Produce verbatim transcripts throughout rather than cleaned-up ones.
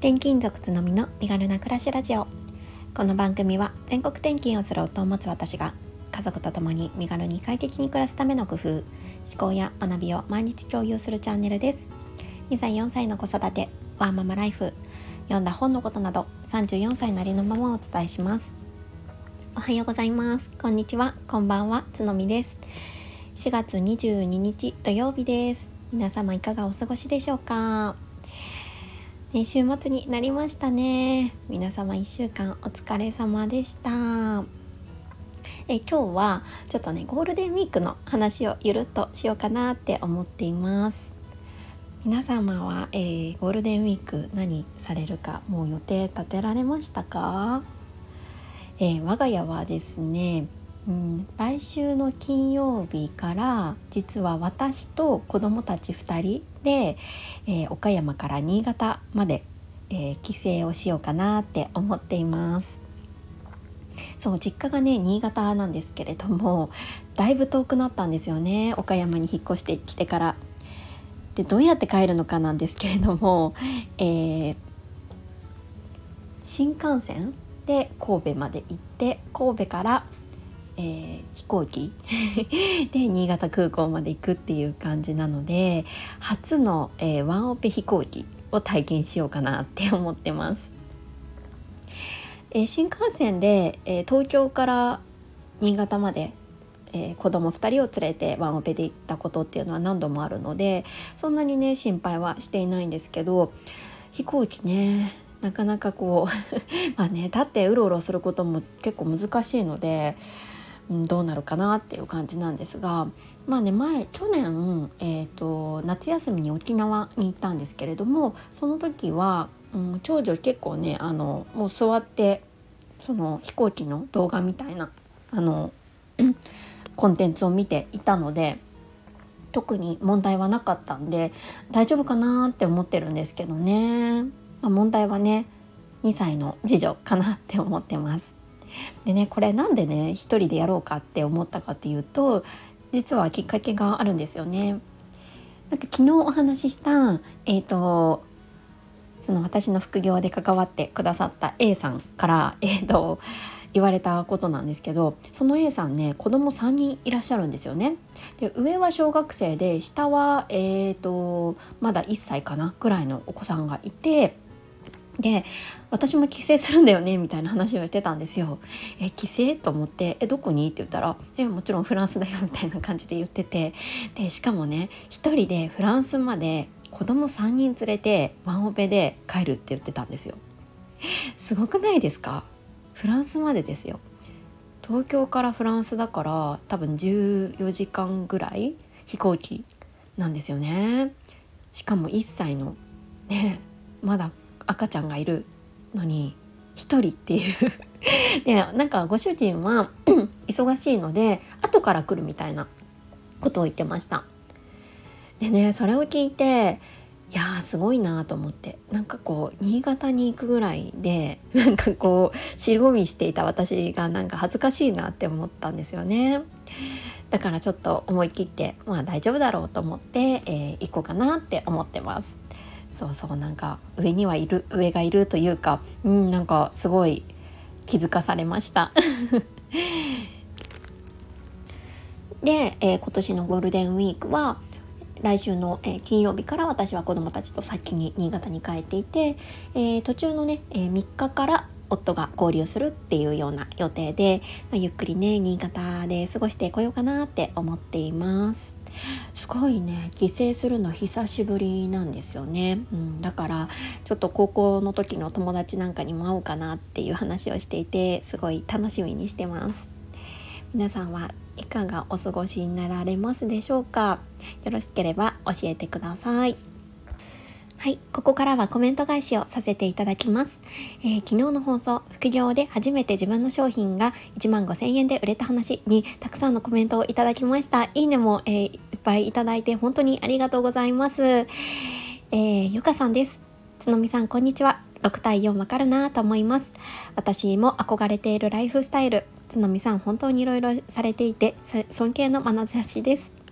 転勤族つのみの身軽な暮らしラジオ。この番組は全国転勤をする夫を持つ私が家族と共に身軽に快適に暮らすための工夫、思考や学びを毎日共有するチャンネルです。にさいよんさいの子育て、ワーママライフ、読んだ本のことなどさんじゅうよんさいなりのままをお伝えします。おはようございます、こんにちは、こんばんは、つのみです。しがつにじゅうににち土曜日です。皆様いかがお過ごしでしょうか。ね、週末になりましたね。皆様いっしゅうかんお疲れ様でした。え今日はちょっとねゴールデンウィークの話をゆるっとしようかなって思っています。皆様は、えー、ゴールデンウィーク何されるかもう予定立てられましたか？えー、我が家はですね、うん、来週の金曜日から実は私と子供たちふたりで、えー、岡山から新潟まで、えー、帰省をしようかなって思っています。そう実家がね新潟なんですけれども、だいぶ遠くなったんですよね、岡山に引っ越してきてから。でどうやって帰るのかなんですけれども、えー、新幹線で神戸まで行って、神戸からえー、飛行機で新潟空港まで行くっていう感じなので、初の、えー、ワンオペ飛行機を体験しようかなって思ってます。えー、新幹線で、えー、東京から新潟まで、えー、子供ふたりを連れてワンオペで行ったことっていうのは何度もあるので、そんなにね心配はしていないんですけど、飛行機ねなかなかこうまあね立ってうろうろすることも結構難しいので、どうなるかなっていう感じなんですが、まあね前去年、えーと、夏休みに沖縄に行ったんですけれども、その時は、うん、長女結構ねあのもう座ってその飛行機の動画みたいなあのコンテンツを見ていたので、特に問題はなかったんで大丈夫かなって思ってるんですけどね、まあ、問題はねにさいの次女かなって思ってます。でねこれなんでね一人でやろうかって思ったかっていうと、実はきっかけがあるんですよね。なんか昨日お話しした、えーと、その私の副業で関わってくださった A さんから、えーと、言われたことなんですけど、その A さんね子供さんにんいらっしゃるんですよね。で上は小学生で下は、えーと、まだいっさいかなくらいのお子さんがいて、で私も帰省するんだよねみたいな話をしてたんですよ。え帰省と思って、えどこにって言ったら、えもちろんフランスだよみたいな感じで言ってて、でしかもね一人でフランスまで子供さんにん連れてワンオペで帰るって言ってたんですよ。すごくないですか？フランスまでですよ。東京からフランスだから多分じゅうよじかんぐらい飛行機なんですよね。しかもいっさいのねまだ赤ちゃんがいるのに一人っていうでなんかご主人は忙しいので後から来るみたいなことを言ってました。でねそれを聞いて、いやーすごいなと思って、なんかこう新潟に行くぐらいでなんかこう尻込みしていた私がなんか恥ずかしいなって思ったんですよね。だからちょっと思い切ってまあ大丈夫だろうと思って、えー、行こうかなって思ってます。そうそうなんか上にはいる上がいるというか、うんなんかすごい気づかされましたで、えー、今年のゴールデンウィークは来週の、えー、金曜日から私は子どもたちと先に新潟に帰っていて、えー、途中のね、えー、みっかから夫が合流するっていうような予定で、まあ、ゆっくりね新潟で過ごしてこようかなって思っています。すごいね帰省するの久しぶりなんですよね、うん、だからちょっと高校の時の友達なんかにも会おうかなっていう話をしていて、すごい楽しみにしてます。皆さんはいかがお過ごしになられますでしょうか？よろしければ教えてください。はい、ここからはコメント返しをさせていただきます。えー、昨日の放送、副業で初めて自分の商品がいちまんごせんえんで売れた話にたくさんのコメントをいただきました。いいねも、えー、いっぱいいただいて本当にありがとうございます。えー、ゆかさんです。つのみさんこんにちは。ろくたいよんわかるなと思います。私も憧れているライフスタイル。つのみさん本当にいろいろされていて尊敬の眼差しです。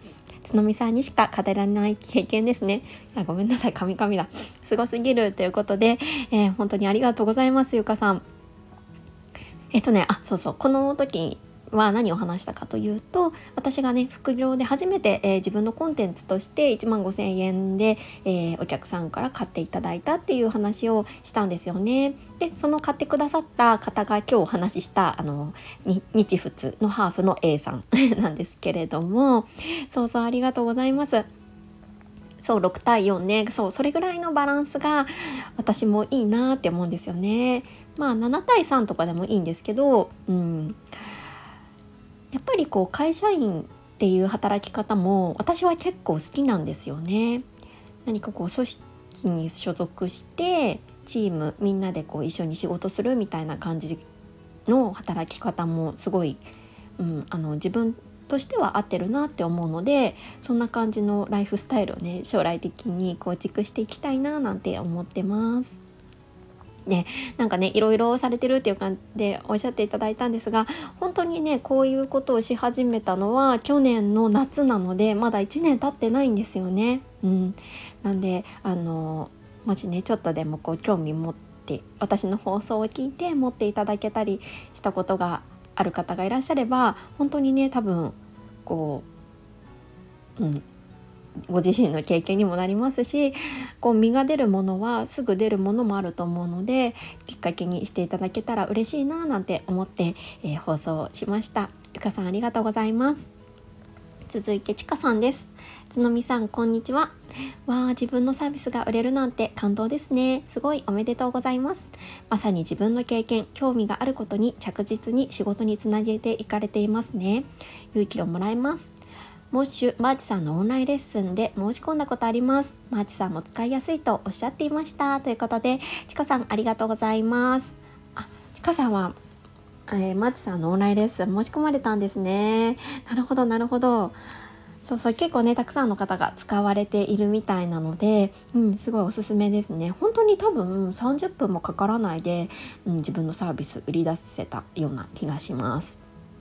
つのみさんにしか語られない経験ですね。いやごめんなさい、神々だ、すごすぎるということで、えー、本当にありがとうございます。ゆかさん、えっとねあそうそうこの時は何を話したかというと、私がね副業で初めて、えー、自分のコンテンツとしていちまんごせんえんで、えー、お客さんから買っていただいたっていう話をしたんですよね。でその買ってくださった方が今日お話ししたあの日仏のハーフの A さんなんですけれども、そうそうありがとうございます。そうろくたいよんね、そうそれぐらいのバランスが私もいいなって思うんですよね。まあななたいさんとかでもいいんですけど、うんやっぱりこう会社員っていう働き方も私は結構好きなんですよね。何かこう組織に所属してチームみんなでこう一緒に仕事するみたいな感じの働き方もすごい、うん、あの自分としては合ってるなって思うので、そんな感じのライフスタイルをね将来的に構築していきたいななんて思ってます。ね、なんかねいろいろされてるっていう感じでおっしゃっていただいたんですが、本当にねこういうことをし始めたのは去年の夏なので、まだいちねん経ってないんですよね。うん、なんであのもしねちょっとでもこう興味持って私の放送を聞いて持っていただけたりしたことがある方がいらっしゃれば、本当にね多分こう、うんご自身の経験にもなりますし、こう実が出るものはすぐ出るものもあると思うので、きっかけにしていただけたら嬉しいななんて思って、えー、放送しました。ゆかさんありがとうございます。続いてちかさんです。つのみさんこんにちは。わあ自分のサービスが売れるなんて感動ですね。すごいおめでとうございます。まさに自分の経験興味があることに着実に仕事につなげていかれていますね。勇気をもらえます。モッシュマーチさんのオンラインレッスンで申し込んだことあります。マーチさんも使いやすいとおっしゃっていましたということで、ちかさんありがとうございます。あ、ちかさんは、えー、マーチさんのオンラインレッスン申し込まれたんですね。なるほどなるほど。そうそう結構ねたくさんの方が使われているみたいなので、うん、すごいおすすめですね。本当に多分さんじゅっぷんもかからないで、うん、自分のサービス売り出せたような気がします。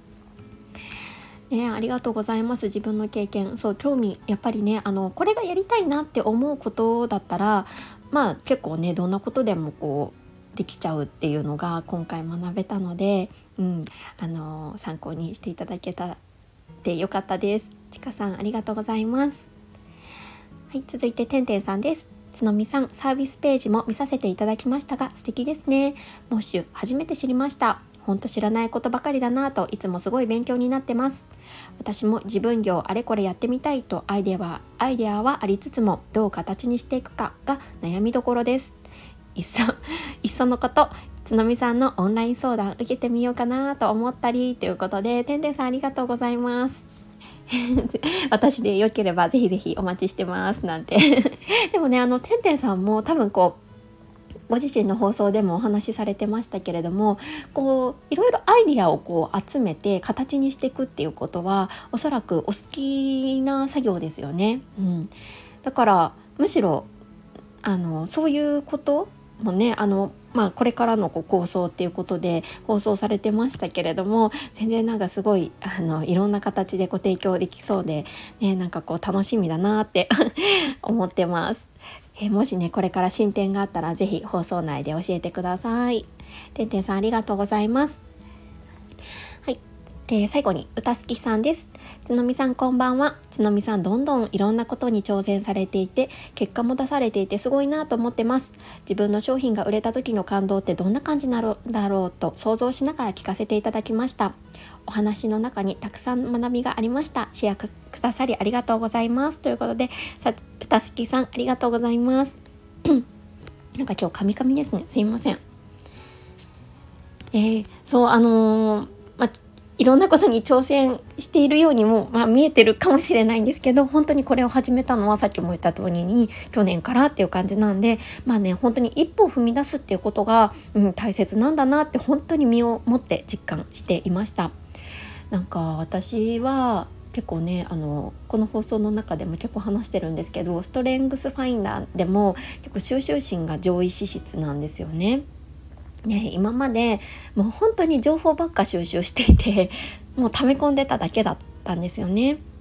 ね、ありがとうございます。自分の経験、そう興味やっぱりねあのこれがやりたいなって思うことだったら、まあ結構ねどんなことでもこうできちゃうっていうのが今回学べたので、うん、あの参考にしていただけたでよかったです。ちかさんありがとうございます。はい、続いててんてんさんです。つのみさんサービスページも見させていただきましたが素敵ですね。モッシュ初めて知りました。本当知らないことばかりだなぁといつもすごい勉強になってます。私も自分業あれこれやってみたいとアイデアはアイデアはありつつもどう形にしていくかが悩みどころです。いっそいっそのことつのみさんのオンライン相談受けてみようかなと思ったりということで、てんてんさんありがとうございます。私でよければぜひぜひお待ちしてますなんてでもねあのてんてんさんも多分こうご自身の放送でもお話しされてましたけれども、こういろいろアイディアをこう集めて形にしていくっていうことはおそらくお好きな作業ですよね。うん、だからむしろあのそういうこともねあの、まあ、これからのこう構想っていうことで放送されてましたけれども、全然なんかすごいあのいろんな形でご提供できそうで、ね、なんかこう楽しみだなって思ってます。えー、もしねこれから進展があったらぜひ放送内で教えてください。てんてんさんありがとうございます。はい、えー、最後に歌好きさんです。つのみさんこんばんは。つのみさんどんどんいろんなことに挑戦されていて結果も出されていてすごいなと思ってます。自分の商品が売れた時の感動ってどんな感じなのだろうと想像しながら聞かせていただきました。お話の中にたくさん学びがありました。シェアくださりありがとうございますということで、さ歌好きさんありがとうございます。なんか今日カミカミですね、すいません。えー、そうあのー、まいろんなことに挑戦しているようにも、まあ、見えてるかもしれないんですけど、本当にこれを始めたのはさっきも言った通りに去年からっていう感じなんで、まあね本当に一歩踏み出すっていうことが、うん、大切なんだなって本当に身をもって実感していました。なんか私は結構ねあのこの放送の中でも結構話してるんですけど、ストレングスファインダーでも結構収集心が上位資質なんですよね。ね、今までもう本当に情報ばっか収集していてもう溜め込んでただけだったんですよね。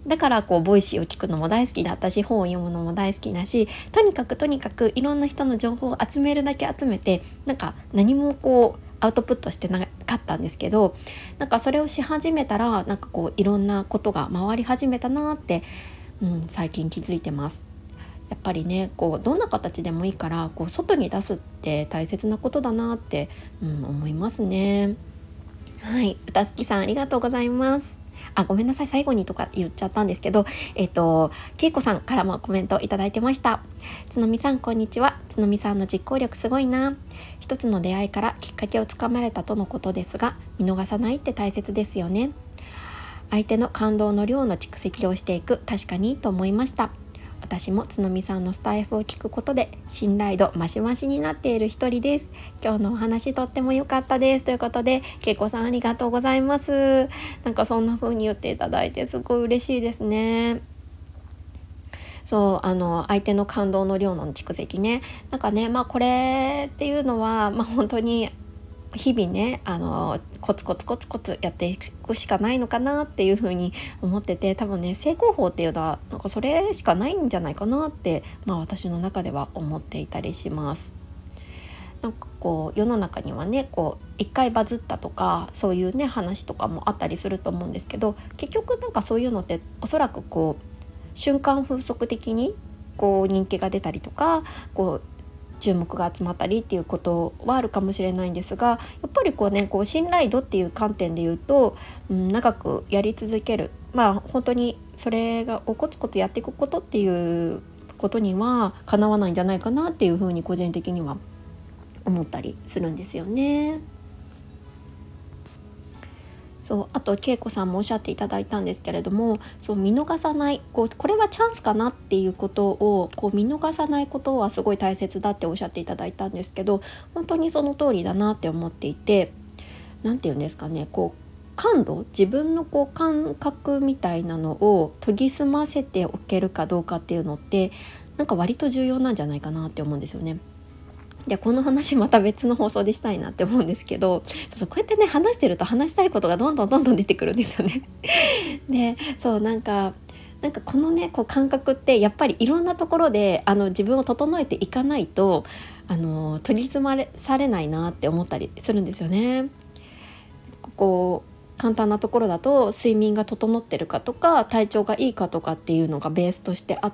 だからこうボイシーを聞くのも大好きだったし、本を読むのも大好きだし、とにかくとにかくいろんな人の情報を集めるだけ集めて、なんか何もこうアウトプットしてなかったんですけど、なんかそれをし始めたら、なんかこういろんなことが回り始めたなって、うん、最近気づいてます。やっぱりね、こうどんな形でもいいからこう外に出すって大切なことだなって、うん、思いますね。はい、歌好きさんありがとうございます。あ、ごめんなさい、最後にとか言っちゃったんですけど、えっとけいこさんからもコメントいただいてました。つのみさんこんにちは。つのみさんの実行力すごいな。一つの出会いからきっかけをつかまれたとのことですが、見逃さないって大切ですよね。相手の感動の量の蓄積をしていく、確かにと思いました。私もつのみさんのスタイフを聞くことで信頼度マシマシになっている一人です。今日のお話とっても良かったですということで、けいこさんありがとうございます。なんかそんな風に言っていただいてすごい嬉しいですね。そうあの相手の感動の量の蓄積ね、なんかね、まあこれっていうのは、まあ、本当に日々ね、あのコツコツコツコツやっていくしかないのかなっていうふうに思ってて、多分ね成功法っていうのはなんかそれしかないんじゃないかなって、まあ、私の中では思っていたりします。なんかこう世の中にはね、こう一回バズったとかそういうね話とかもあったりすると思うんですけど、結局なんかそういうのっておそらくこう瞬間風速的にこう人気が出たりとか、こう注目が集まったりっていうことはあるかもしれないんですが、やっぱりこうね、こう信頼度っていう観点で言うと、うん、長くやり続ける、まあ本当にそれがコツコツやっていくことっていうことにはかなわないんじゃないかなっていうふうに個人的には思ったりするんですよね。そうあと恵子さんもおっしゃっていただいたんですけれども、そう見逃さない、こうこれはチャンスかなっていうことをこう見逃さないことはすごい大切だっておっしゃっていただいたんですけど、本当にその通りだなって思っていて、なんていうんですかね、こう感度、自分のこう感覚みたいなのを研ぎ澄ませておけるかどうかっていうのって、なんか割と重要なんじゃないかなって思うんですよね。でこの話また別の放送でしたいなって思うんですけど、そうそうこうやってね話してると話したいことがどんどんどんどん出てくるんですよね。でそうなんかなんかこのねこう感覚ってやっぱりいろんなところであの自分を整えていかないとあの取り詰まれされないなって思ったりするんですよね。ここ簡単なところだと睡眠が整ってるかとか体調がいいかとかっていうのがベースとしてあって、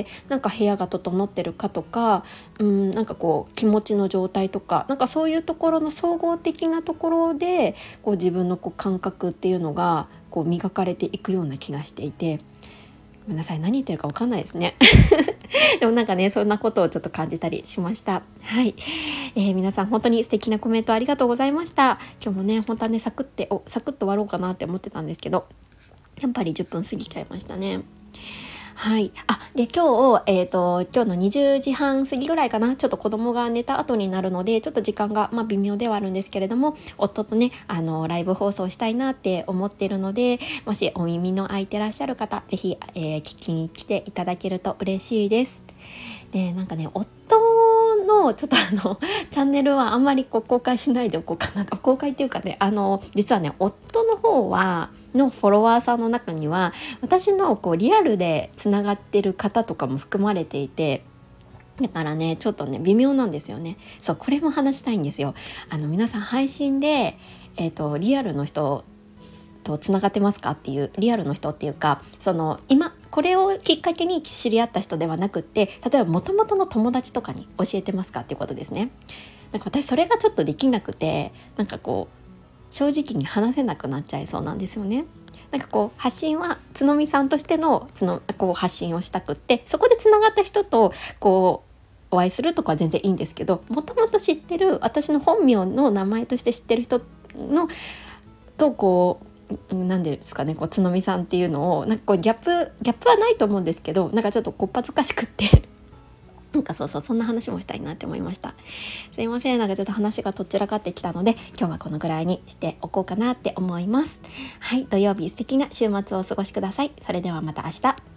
なんか部屋が整ってるかとか、うん、なんかこう気持ちの状態とか、なんかそういうところの総合的なところでこう自分のこう感覚っていうのがこう磨かれていくような気がしていて、ごめんなさい何言ってるか分かんないですね。でもなんかねそんなことをちょっと感じたりしました。はい、えー、皆さん本当に素敵なコメントありがとうございました。今日もね本当はねサクっておサクッと終わろうかなって思ってたんですけど、やっぱりじゅっぷん過ぎちゃいましたね。はい、あで今日、えーと、今日のにじゅうじはん過ぎぐらいかな、ちょっと子供が寝た後になるのでちょっと時間が、まあ、微妙ではあるんですけれども、夫とねあのライブ放送したいなって思っているので、もしお耳の空いてらっしゃる方ぜひ、えー、聞きに来ていただけると嬉しいです。でなんかね夫のちょっとあのチャンネルはあんまりこう公開しないでおこうかなと、公開っていうかね、あの実はね夫の方はのフォロワーさんの中には私のこうリアルでつながってる方とかも含まれていて、だからねちょっとね微妙なんですよね。そうこれも話したいんですよ。あの皆さん配信で、えーと、リアルの人とつながってますかっていう、リアルの人っていうか、その今これをきっかけに知り合った人ではなくって、例えば元々の友達とかに教えてますかっていうことですね。なんか私それがちょっとできなくて、なんかこう正直に話せなくなっちゃいそうなんですよね。なんかこう発信はつのみさんとしてのつのこう発信をしたくって、そこでつながった人とこうお会いするとかは全然いいんですけど、もともと知ってる私の本名の名前として知ってる人のとこうなんですかね、こうつのみさんっていうのをなんかこうギャップギャップはないと思うんですけど、なんかちょっとこっぱずかしくってなんかそうそうそんな話もしたいなって思いました。すいません、なんかちょっと話がとっちらかってきたので今日はこのぐらいにしておこうかなって思います。はい、土曜日素敵な週末をお過ごしください。それではまた明日。